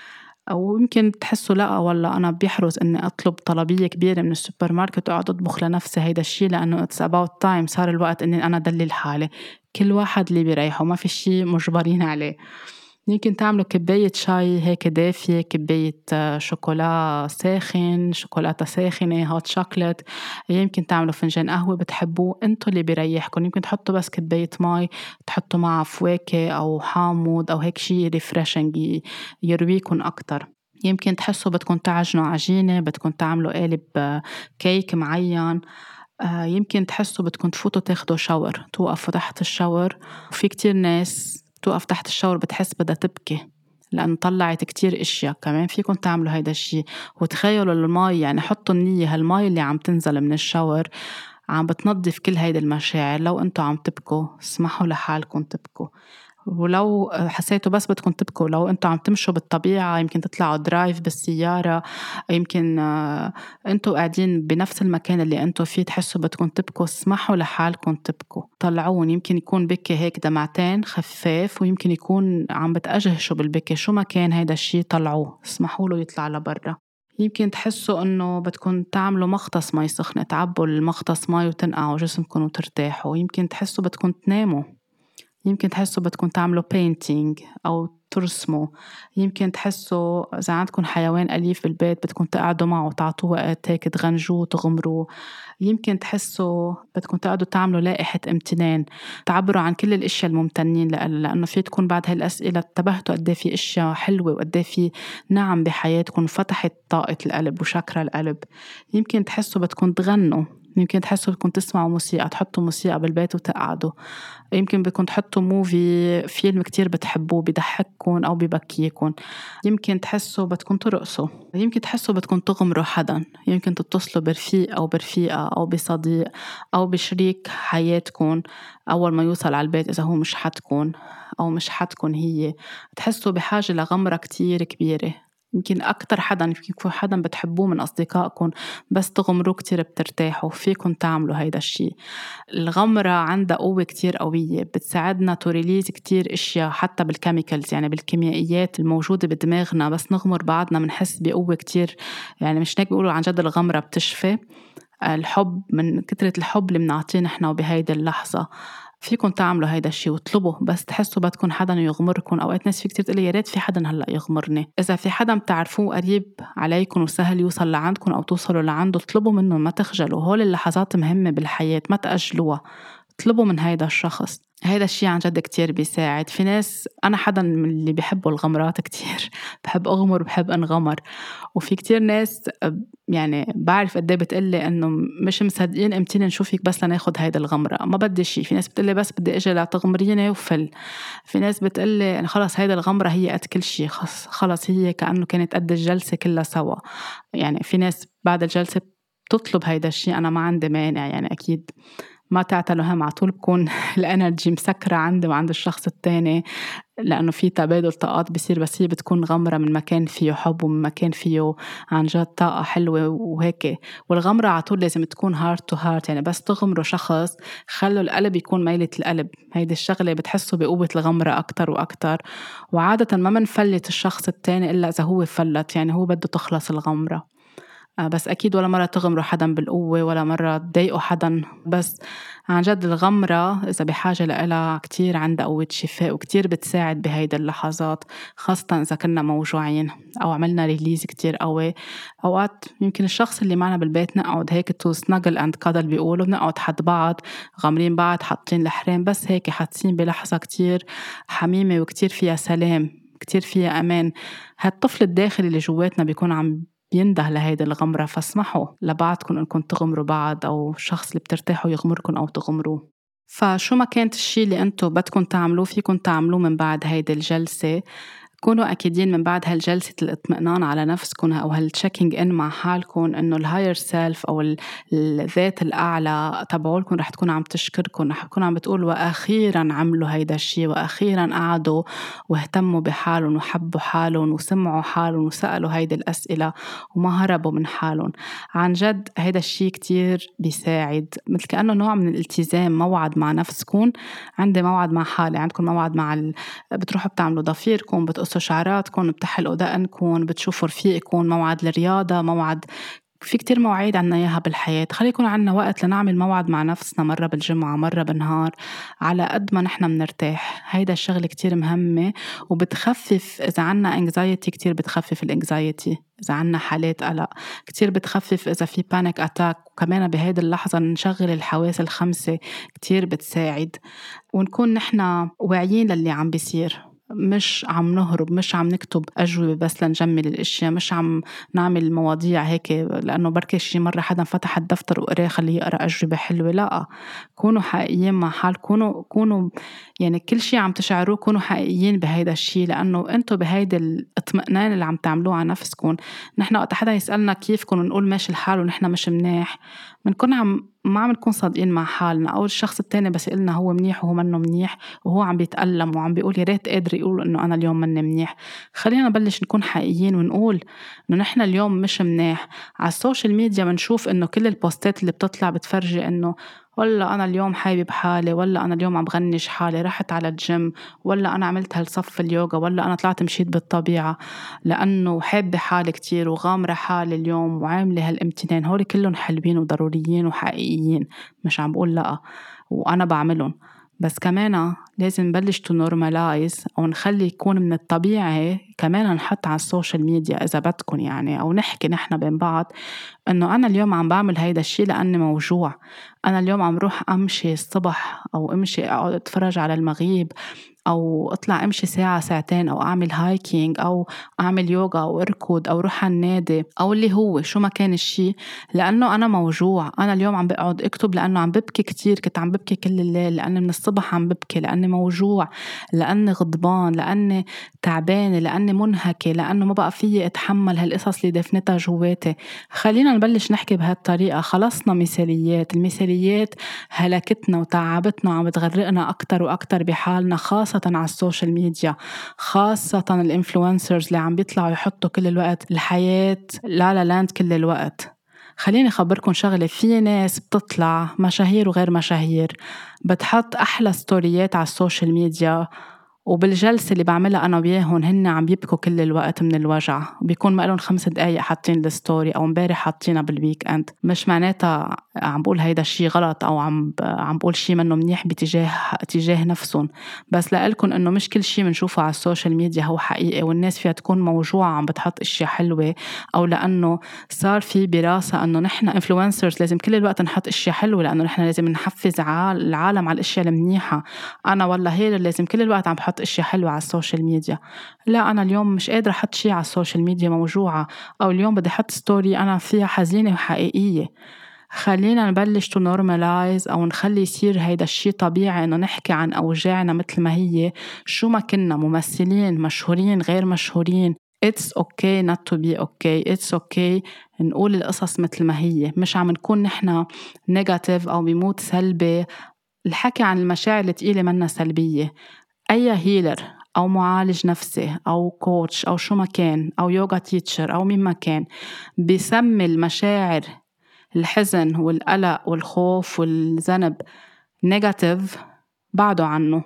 Speaker 1: أو يمكن تحسوا لا والله أنا بيحرز إني أطلب طلبية كبيرة من السوبر ماركت وأقعد أطبخ لنفسي هيدا الشي، لأنه it's about time، صار الوقت إني أنا دلل حالي. كل واحد اللي بيريحه، ما في شي مجبرين عليه. يمكن تعملوا كباية شاي هيك دافية، كباية شوكولا ساخن، شوكولاتة ساخنة هوت شوكولات، يمكن تعملوا فنجان قهوة بتحبوه انتو اللي بيريحكم. يمكن تحطوا بس كباية ماي، تحطوا معها فواكه أو حامض أو هيك شي ريفريشنج يرويكم أكتر. يمكن تحسوا بدكم تعجنوا عجينة، بدكم تعملوا قالب كيك معين. يمكن تحسوا بدكم تفوتوا تاخدوا شاور، توقفوا تحت الشاور. وفي كتير ناس توقف تحت الشاور بتحس بدها تبكي لأن طلعت كتير إشياء. كمان فيكم تعملوا هيدا الشي. وتخيلوا الماء، يعني حطوا النية هالماء اللي عم تنزل من الشاور عم بتنظف كل هيدا المشاعر. لو أنتوا عم تبكوا اسمحوا لحالكم تبكوا، ولو حسيتوا بس بدكم تبكوا لو أنتوا عم تمشوا بالطبيعة، يمكن تطلعوا درايف بالسيارة، يمكن أنتوا قاعدين بنفس المكان اللي أنتوا فيه تحسوا بدكم تبكوا، اسمحوا لحالكم تبكوا. طلعون، يمكن يكون بكي هيك دمعتين خفاف، ويمكن يكون عم بتأجهشوا بالبكي، شو ما كان هيدا الشي طلعوه، اسمحوا له يطلع لبرا. يمكن تحسوا أنه بدكم تعملوا مغطس مي سخنة، تعبوا المغطس مي وتنقعوا جسمكم وترتاحوا. يمكن تحسوا بدكم تناموا، يمكن تحسوا بدكم تعملوا painting أو ترسموا. يمكن تحسوا إذا عندكم حيوان أليف بالبيت بدكم تقعدوا معه وتعطوه وقت هيك تغنجوه وتغمروه. يمكن تحسوا بدكم تقعدوا تعملوا لائحة امتنان، تعبروا عن كل الاشياء الممتنين لأ، لأنه في تكون بعد هاي الأسئلة انتبهتوا قد في اشياء حلوة وقد في نعم بحياتكم فتحت طاقة القلب وشكرا القلب. يمكن تحسوا بدكم تغنوا، يمكن تحسوا بدكم تسمعوا موسيقى، تحطوا موسيقى بالبيت وتقعدوا. يمكن بدكم تحطوا موفي، فيلم كتير بتحبوه بيضحككم أو بيبكيكم. يمكن تحسوا بدكم ترقصوا. يمكن تحسوا بدكم تغمروا حدا، يمكن تتصلوا برفيق أو برفيقة أو بصديق أو بشريك حياتكم أول ما يوصل على البيت إذا هو مش حدكم أو مش حدكم هي. تحسوا بحاجة لغمرة كتير كبيرة. يمكن أكتر حدا، يمكن يكون حدا بتحبوه من أصدقائكم، بس تغمروه كتير بترتاحوا. فيكم تعملوا هيدا الشي. الغمرة عندها قوة كتير قوية، بتساعدنا توريليز كتير إشياء حتى بالكيميكالز، يعني بالكيميائيات الموجودة بدماغنا. بس نغمر بعضنا منحس بقوة كتير. يعني مش هيك بيقولوا عن جد الغمرة بتشفي الحب، من كترة الحب اللي منعطيه نحنا بهيدا اللحظة. فيكم تعملوا هيدا الشي وطلبوا، بس تحسوا بدكم حدا يغمركم. أوقات ناس في كتير تقولي يا ريت في حدا هلأ يغمرني. إذا في حدا بتعرفوه قريب عليكم وسهل يوصل لعندكم أو توصلوا لعنده، اطلبوا منه، ما تخجلوا. هول اللحظات مهمة بالحياة، ما تأجلوها، اطلبوا من هيدا الشخص. هيدا الشي عن جد كتير بيساعد. في ناس، أنا حدا من اللي بيحبوا الغمرات كتير بحب أغمر وبحب أنغمر. وفي كتير ناس يعني بعرف قديه بتقلي إنه مش مصدقين امتين نشوفك بس لناخد هيدا الغمرة، ما بدي شي. في ناس بتقلي بس بدي اجي لتغمريني وفل. في ناس بتقلي خلص هيدا الغمرة هي قد كل شي، خلص هي كأنه كانت قد الجلسة كلها سوا. يعني في ناس بعد الجلسة بتطلب هيدا الشي، أنا ما عندي مانع. يعني أكيد ما تعتلوا هم، عطول بكون الانرجي مسكرة عندي وعند الشخص التاني، لأنه في تبادل طاقات بيصير. بس هي بتكون غمرة من مكان فيه حب ومن مكان فيه عن جد طاقة حلوة وهيك. والغمرة عطول لازم تكون heart to heart، يعني بس تغمروا شخص خلوا القلب يكون ميلة القلب. هيدي الشغلة بتحسوا بقوة الغمرة أكتر وأكتر. وعادة ما منفلت الشخص التاني إلا إذا هو فلت، يعني هو بده تخلص الغمرة. بس أكيد ولا مرة تغمروا حدا بالقوة، ولا مرة تضايقوا حدا. بس عن جد الغمرة إذا بحاجة لها كتير عندها قوة شفاء وكتير بتساعد بهيدا اللحظات، خاصة إذا كنا موجوعين أو عملنا ريليز كتير قوي. أوقات يمكن الشخص اللي معنا بالبيت نقعد هيك تو سناجل أند كادل بيقولوا، بنقعد حد بعض غامرين بعض حاطين الحرام، بس هيك حاسين بلحظة كتير حميمة وكتير فيها سلام، كتير فيها أمان. هالطفل الداخلي اللي جواتنا بيكون عم بينده لهيدا الغمرة. فاسمحوا لبعضكم انكم تغمروا بعض، او الشخص اللي بترتاحوا يغمركم او تغمروه. فشو ما كانت الشي اللي انتو بدكم تعملوه فيكم تعملوه من بعد هيدا الجلسة. كونوا أكيدين من بعد هالجلسة الاطمئنان على نفسكم أو هالتشيكينج إن مع حالكم إنه الهاير سيلف أو الذات الأعلى تبعولكم رح تكون عم تشكركم، رح تكون عم بتقول وأخيرا عملوا هيدا الشي، وأخيرا قعدوا واهتموا بحالهم وحبوا حالهم وسمعوا حالهم وسألوا هيدا الأسئلة وما هربوا من حالهم. عن جد هيدا الشي كتير بيساعد، مثل كأنه نوع من الالتزام، موعد مع نفسكم. عندي موعد مع حالي، عندكم موعد مع ال... بتروحوا بتعملوا ضفيركم، بتقصوا بتقصوا شعراتكم، بتحلقوا دقنكم، بتشوفوا رفيقكم، موعد الرياضة، موعد، في كتير مواعيد عنا إياها بالحياة. خلي يكون عنا وقت لنعمل موعد مع نفسنا، مرة بالجمعة مرة بالنهار، على قد ما نحنا منرتاح. هيدا الشغل كتير مهمة وبتخفف إذا عنا anxiety، كتير بتخفف الانكزايتي. إذا عنا حالات قلق كتير بتخفف، إذا في panic attack وكمان بهيدي اللحظة نشغل الحواس الخمسة كتير بتساعد. ونكون نحنا واعيين للي عم بيصير، مش عم نهرب، مش عم نكتب أجوبة بس لنجمل الاشياء، مش عم نعمل مواضيع هيك لأنه بركي شي مرة حدا فتح الدفتر وقرأ خليه يقرأ أجوبة حلوة. لا، كونوا حقيقيين مع حال، كونوا كونوا يعني كل شي عم تشعروه كونوا حقيقيين بهيدا الشي، لأنه أنتوا بهيدا الاطمئنان اللي عم تعملوه على نفسكم. نحن وقت حدا يسألنا كيفكم نقول ماشي الحال ونحن مش مناح، منكون عم ما عم نكون صادقين مع حالنا. أو الشخص التاني بس يقولنا هو منيح وهو منه منيح وهو عم بيتألم وعم بيقول يا ريت قادر يقول إنه أنا اليوم مني منيح. خلينا نبلش نكون حقيقيين ونقول إنه نحن اليوم مش منيح. على السوشيال ميديا بنشوف إنه كل البوستات اللي بتطلع بتفرجي إنه ولا أنا اليوم حابب حالي، ولا أنا اليوم عم بغنش حالي، رحت على الجيم، ولا أنا عملت هالصف اليوغا، ولا أنا طلعت مشيت بالطبيعة لأنه حابة حالي كتير وغامرة حالي اليوم وعاملة هالامتنان. هولي كلهم حلوين وضروريين وحقيقيين، مش عم بقول لأ وأنا بعملهم، بس كمان لازم نبلش تو نورمالايز أو نخلي يكون من الطبيعي كمان نحط على السوشيال ميديا إذا بدكن يعني، أو نحكي نحنا بين بعض إنه أنا اليوم عم بعمل هيدا الشي لأني موجوع. أنا اليوم عم روح أمشي الصبح أو أمشي أقعد أتفرج على المغيب أو أطلع أمشي ساعة ساعتين أو أعمل هايكينج أو أعمل يوغا أو أركض أو روح على النادي أو اللي هو شو ما كان الشي، لأنه أنا موجوع. أنا اليوم عم بقعد أكتب لأنه عم ببكي كتير، كنت عم ببكي كل الليل لأني من الصبح عم ببكي، لأني موجوع، لأني غضبان، لأني تعبانة، لأني منهكة، لأنه ما بقى فيي أتحمل هالقصص اللي دفنتها جواتي. خلينا نبلش نحكي بهالطريقة. خلصنا مثاليات، المثاليات هلكتنا وتعبتنا وعم بتغرقنا أكتر وأكتر بحالنا، خاصة على السوشيال ميديا، خاصة الانفلونسرز اللي عم بيطلعوا يحطوا كل الوقت الحياة لا لا لاند كل الوقت. خليني أخبركم شغلة، في ناس بتطلع مشاهير وغير مشاهير بتحط أحلى ستوريات على السوشيال ميديا، وبالجلسة اللي بعملها أنا وياهن هن عم بيبكوا كل الوقت من الوجع، بيكون ما لهم خمس دقايق حاطين الستوري أو مبارح حاطينها بالويك أند. مش معناتها عم بقول هيدا الشي غلط أو عم عم بقول شي منه منيح بتجاه تجاه نفسهم، بس لقلكن إنه مش كل شي منشوفه على السوشيال ميديا هو حقيقي، والناس فيها تكون موجوعة عم بتحط اشياء حلوة، أو لأنه صار في براسة إنه نحن انفلونسرز لازم كل الوقت نحط اشياء حلوة لأنه نحن لازم نحفز العالم على الاشياء المنيحة. أنا والله هي لازم كل الوقت عم بحط اشياء حلوة على السوشيال ميديا. لا، أنا اليوم مش قادرة أحط شي على السوشيال ميديا، موجوعة، أو اليوم بدي أحط ستوري أنا فيها حزينة وحقيقية. خلينا نبلش تو نورمالايز أو نخلي يصير هيدا الشي طبيعي، إنه نحكي عن أوجاعنا مثل ما هي، شو ما كنا ممثلين مشهورين غير مشهورين. It's okay not to be okay. It's okay نقول القصص مثل ما هي، مش عم نكون نحنا نيجاتيف أو بموت سلبي. الحكي عن المشاعر الثقيلة منا سلبية. أي هيلر أو معالج نفسي أو كوتش أو شو ما كان أو يوغا تيتشر أو مين ما كان بيسمي المشاعر الحزن والقلق والخوف والذنب نيجاتيف، بعده عنه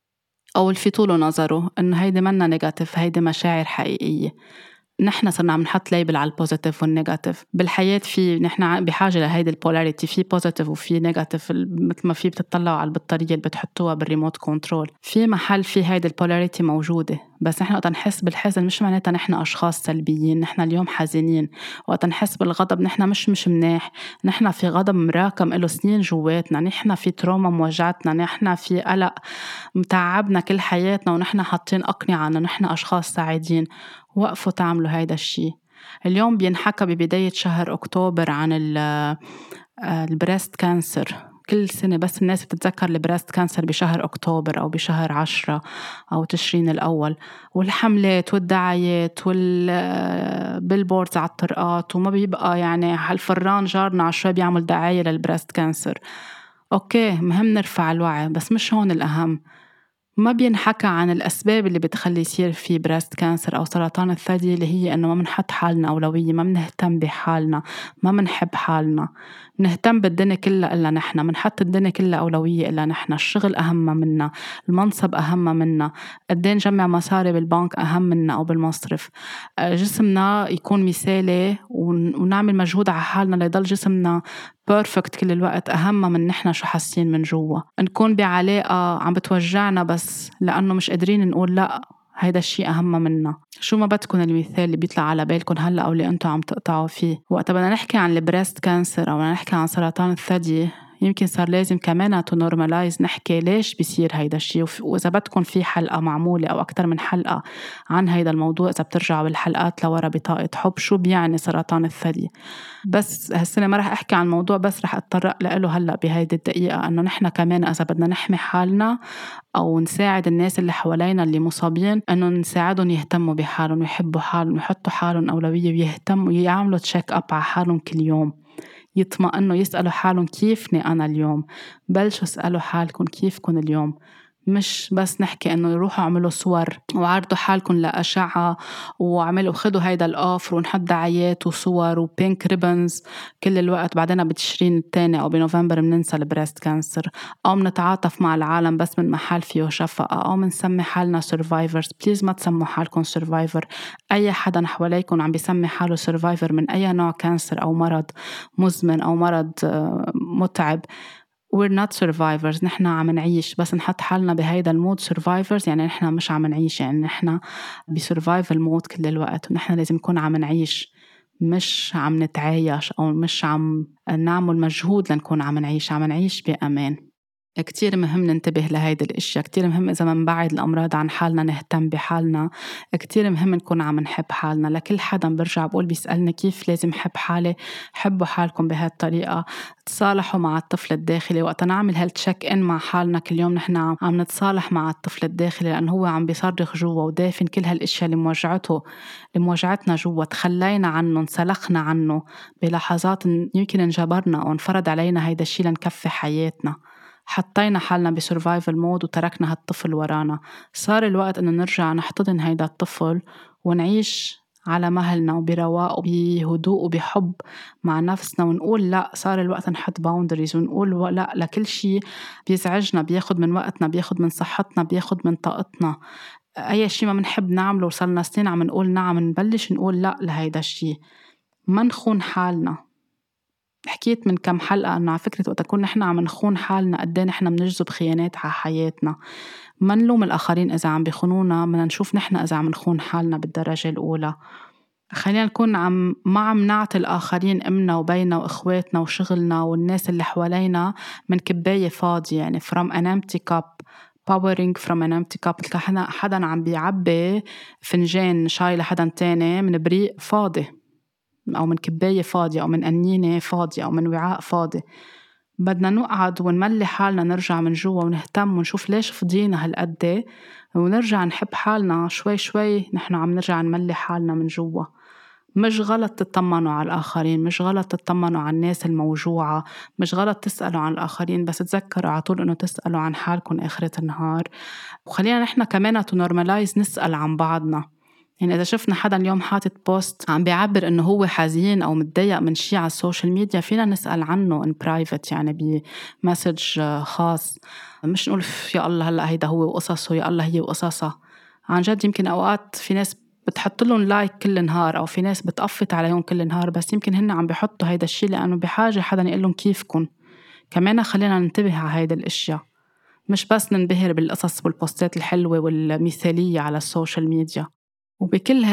Speaker 1: أو الفي له نظره إنه هيدي منا نيجاتيف، هيدي مشاعر حقيقية. نحن صرنا عم نحط ليبل على البوزيتيف والنيجاتيف بالحياة. في نحن بحاجة لهيدي البولاريتي، في بوزيتيف وفي نيجاتيف، مثل ما في بتطلعوا على البطارية اللي بتحطوها بالريموت كنترول، في محل في هيدي البولاريتي موجودة. بس نحن وقت نحس بالحزن مش معناتها نحن أشخاص سلبيين، نحن اليوم حزينين. وقت نحس بالغضب نحن مش مش مناح، نحن في غضب مراكم له سنين جواتنا، نحن في تروما موجعتنا، نحن في قلق متعبنا كل حياتنا، ونحن حاطين أقنعة أنه نحن أشخاص سعيدين. وقفوا تعملوا هيدا الشي. اليوم بينحكى ببداية شهر أكتوبر عن البريست كانسر كل سنة، بس الناس بتتذكر البريست كانسر بشهر أكتوبر أو بشهر عشرة أو تشرين الأول، والحملات والدعايات والبيلبوردز على الطرقات، وما بيبقى يعني هالفران جارنا عشوائي بيعمل دعاية للبريست كانسر. أوكي، مهم نرفع الوعي، بس مش هون الأهم. ما بينحكى عن الأسباب اللي بتخلي يصير في بريست كانسر أو سرطان الثدي، اللي هي إنه ما منحط حالنا أولوية، ما منهتم بحالنا، ما منحب حالنا، نهتم بالدنيا كلها إلا نحن، منحط الدنيا كلها أولوية إلا نحن، الشغل أهم منا، المنصب أهم منا، قدين نجمع مصاري بالبنك أهم منا أو بالمصرف، جسمنا يكون مثالي ونعمل مجهود على حالنا ليضل جسمنا بيرفكت كل الوقت أهم من نحن شو حاسين من جوا. نكون بعلاقة عم بتوجعنا بس لأنه مش قادرين نقول لأ، هيدا الشيء أهم منا. شو ما بدكن المثال اللي بيطلع على بالكن هلأ أو اللي أنتوا عم تقطعوا فيه. وقت بدنا نحكي عن البريست كانسر أو بدنا نحكي عن سرطان الثدي، يمكن صار لازم كمان تو نورمالايز نحكي ليش بيصير هيدا الشيء. وإذا بدكن في حلقة معمولة أو أكتر من حلقة عن هيدا الموضوع، إذا بترجعوا بالحلقات لورا بطاقة حب شو بيعني سرطان الثدي. بس هالسنة ما رح أحكي عن الموضوع، بس رح أتطرق له هلأ بهيدي الدقيقة، أنه نحن كمان إذا بدنا نحمي حالنا أو نساعد الناس اللي حوالينا اللي مصابين، أنه نساعدهم يهتموا بحالهم ويحبوا حالهم ويحطوا حالهم أولوية ويهتموا ويعملوا تشيك أب على حالهم كل يوم، يطمئنوا يسألوا حالهم كيفني أنا اليوم. بلشوا اسألوا حالكم كيفكن اليوم، مش بس نحكي انه يروحوا عملوا صور وعرضوا حالكم لأشعة وعملوا خدوا هيدا الأوفر ونحط دعايات وصور وبينك ريبنز كل الوقت، بعدين بتشرين التاني أو بنوفمبر مننسى البريست كانسر، أو منتعاطف مع العالم بس من محل فيه شفقة، أو منسمي حالنا سيرفايفرز. بليز ما تسموا حالكم سيرفايفر. أي حدا حواليكم عم بيسمي حاله سيرفايفر من أي نوع كانسر أو مرض مزمن أو مرض متعب، we're not survivors. نحنا عم نعيش، بس نحط حالنا بهيدا المود survivors يعني نحنا مش عم نعيش، يعني نحنا بsurvival مود كل الوقت، ونحنا لازم نكون عم نعيش مش عم نتعايش أو مش عم نعمل مجهود لنكون عم نعيش، عم نعيش بأمان. كتير مهم ننتبه لهيدا الاشياء، كتير مهم إذا منبعد الأمراض عن حالنا نهتم بحالنا، كتير مهم نكون عم نحب حالنا. لكل حدا برجع بقول بيسألني كيف لازم حب حالي، حبوا حالكم بهالطريقة، تصالحوا مع الطفل الداخلي. وقت نعمل هالتشيك إن مع حالنا كل يوم نحن عم نتصالح مع الطفل الداخلي، لأنه هو عم بيصرخ جوا ودافن كل هالاشياء اللي موجعته اللي موجعتنا جوا، تخلينا عنه، انسلخنا عنه بلحظات يمكن انجبرنا أو انفرض علينا هيدا الشيء لنكفي حياتنا. حطينا حالنا بسرفايفل مود وتركنا هالطفل ورانا. صار الوقت إنه نرجع نحتضن هيدا الطفل ونعيش على مهلنا وبرواق وبهدوء وبحب مع نفسنا، ونقول لا، صار الوقت نحط باوندريز ونقول لا لكل شيء بيزعجنا، بياخد من وقتنا، بياخد من صحتنا، بياخد من طاقتنا. أي شيء ما منحب نعمله وصلنا سنين عم نقول نعم، نبلش نقول لا لهيدا الشيء، ما نخون حالنا. حكيت من كم حلقة أنه على فكرة وقت نكون نحن عم نخون حالنا قدين نحن بنجذب خيانات على حياتنا. ما نلوم الآخرين إذا عم بيخونونا، بدنا نشوف نحن إذا عم نخون حالنا بالدرجة الأولى. خلينا نكون عم ما عم نعطي الآخرين أمنا وبينا وإخواتنا وشغلنا والناس اللي حوالينا من كباية فاضية، يعني from an empty cup powering from an empty cup. حدا حدا عم بيعبي فنجان شاي لحدا تاني من بريق فاضي أو من كباية فاضية أو من قنينة فاضية أو من وعاء فاضي. بدنا نقعد ونملي حالنا، نرجع من جوا ونهتم ونشوف ليش فضينا هالقدي، ونرجع نحب حالنا شوي شوي. نحن عم نرجع نملي حالنا من جوا. مش غلط تطمنوا على الآخرين، مش غلط تطمنوا على الناس الموجوعة، مش غلط تسألوا عن الآخرين، بس تذكروا على طول إنه تسألوا عن حالكم آخرة النهار. وخلينا نحن كمان تنورمالايز نسأل عن بعضنا. يعني إذا شفنا حدا اليوم حاطط بوست عم بيعبر إنه هو حزين أو متضايق من شيء على السوشيال ميديا، فينا نسأل عنه in private، يعني بمسج خاص، مش نقول يا الله هلأ هيدا هو وقصصه، يا الله هي وقصصها. عن جد يمكن أوقات في ناس بتحط لهم لايك كل نهار أو في ناس بتقفت عليهم كل نهار، بس يمكن هن عم بيحطوا هيدا الشيء لأنه بحاجة حدا يقول لهم كيفكن. كمان خلينا ننتبه على هيدا الأشياء، مش بس ننبهر بالقصص والبوستات الحلوة والمثالية على السوشيال ميديا. وبكل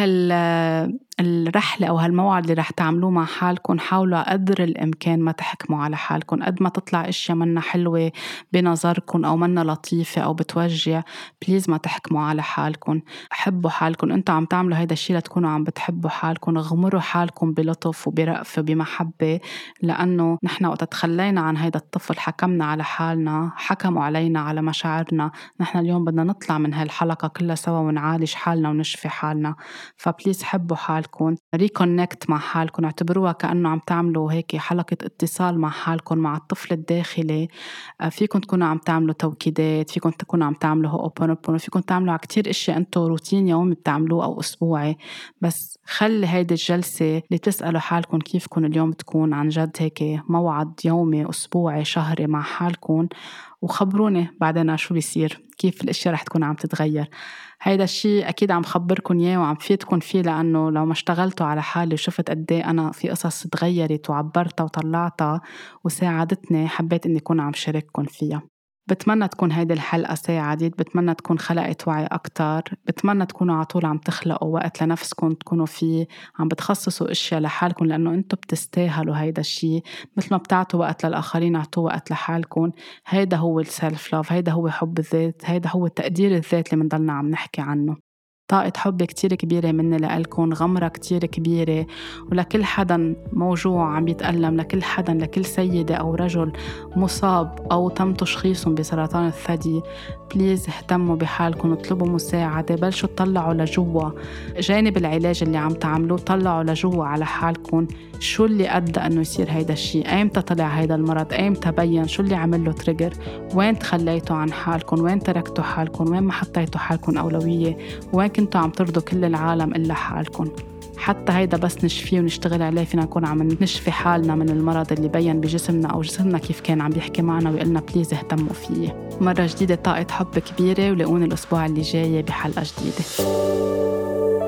Speaker 1: هالرحلة أو هالموعد اللي رح تعملوه مع حالكم، حاولوا قدر الإمكان ما تحكموا على حالكم. قد ما تطلع إشياء منا حلوة بنظركم أو منا لطيفة أو بتوجع، بليز ما تحكموا على حالكم. حبوا حالكم. أنتوا عم تعملوا هيدا الشيء لتكونوا عم بتحبوا حالكم. غمروا حالكم بلطف وبرأفة وبمحبة، لأنه نحن وقت تخلينا عن هيدا الطفل حكمنا على حالنا، حكموا علينا على مشاعرنا. نحن اليوم بدنا نطلع من هالحلقة كلها سوا ونعالج حالنا ونشفي حالنا. فبليز حبوا حالكم. حالكم، ريكونكت مع حالكم، اعتبروها كأنه عم تعملوا هيك حلقة اتصال مع حالكم مع الطفل الداخلي. فيكم تكونوا عم تعملوا توكيدات، فيكم تكونوا عم تعملوا هوبونوبونو، فيكم تعملوا على كتير اشياء انتوا روتين يومي بتعملوه او اسبوعي. بس خلي هيدي الجلسة اللي تسألوا حالكم كيفكم اليوم تكون عن جد هيك موعد يومي اسبوعي شهري مع حالكم، وخبروني بعدين شو بيصير، كيف الاشياء رح تكون عم تتغير. هيدا الشيء أكيد عم خبركن إياه وعم فيدكن فيه، لأنه لو ما اشتغلتوا على حالي وشفت قد ايه أنا في قصص تغيرت وعبرتها وطلعتها وساعدتني، حبيت إني أكون عم شارككن فيها. بتمنى تكون هيدي الحلقة ساعدت، بتمنى تكون خلقت وعي أكتر، بتمنى تكونوا على طول عم تخلقوا وقت لنفسكم، تكونوا فيه عم بتخصصوا اشياء لحالكم، لأنه انتوا بتستاهلوا هيدا الشيء. مثل ما بتعطوا وقت للآخرين اعطوا وقت لحالكم. هيدا هو السلف لاف، هيدا هو حب الذات، هيدا هو تقدير الذات اللي منضلنا عم نحكي عنه. طاقة حب كتير كبيرة مني لألكن، غمرة كتير كبيرة، ولكل حدا موجوع عم يتألم، لكل حدا، لكل سيدة أو رجل مصاب أو تم تشخيصهم بسرطان الثدي. بليز اهتموا بحالكم، اطلبوا مساعدة، بلشوا تطلعوا لجوا جانب العلاج اللي عم تعملوه، طلعوا لجوا على حالكم شو اللي أدى أنه يصير هيدا الشيء، أيمتى طلع هيدا المرض، أيمتى بين، شو اللي عمل له تريجر، وين تخليتوا عن حالكم، وين تركتوا حالكم، وين ما حطيتوا حالكم أولوية، وين كنتوا عم ترضوا كل العالم إلا حالكم. حتى هيدا بس نشفيه ونشتغل عليه فينا نكون عم نشفي حالنا من المرض اللي بين بجسمنا، أو جسمنا كيف كان عم بيحكي معنا ويقلنا بليز اهتموا فيه. مرة جديدة طاقة حب كبيرة، ولقوني الأسبوع اللي جاي بحلقة جديدة.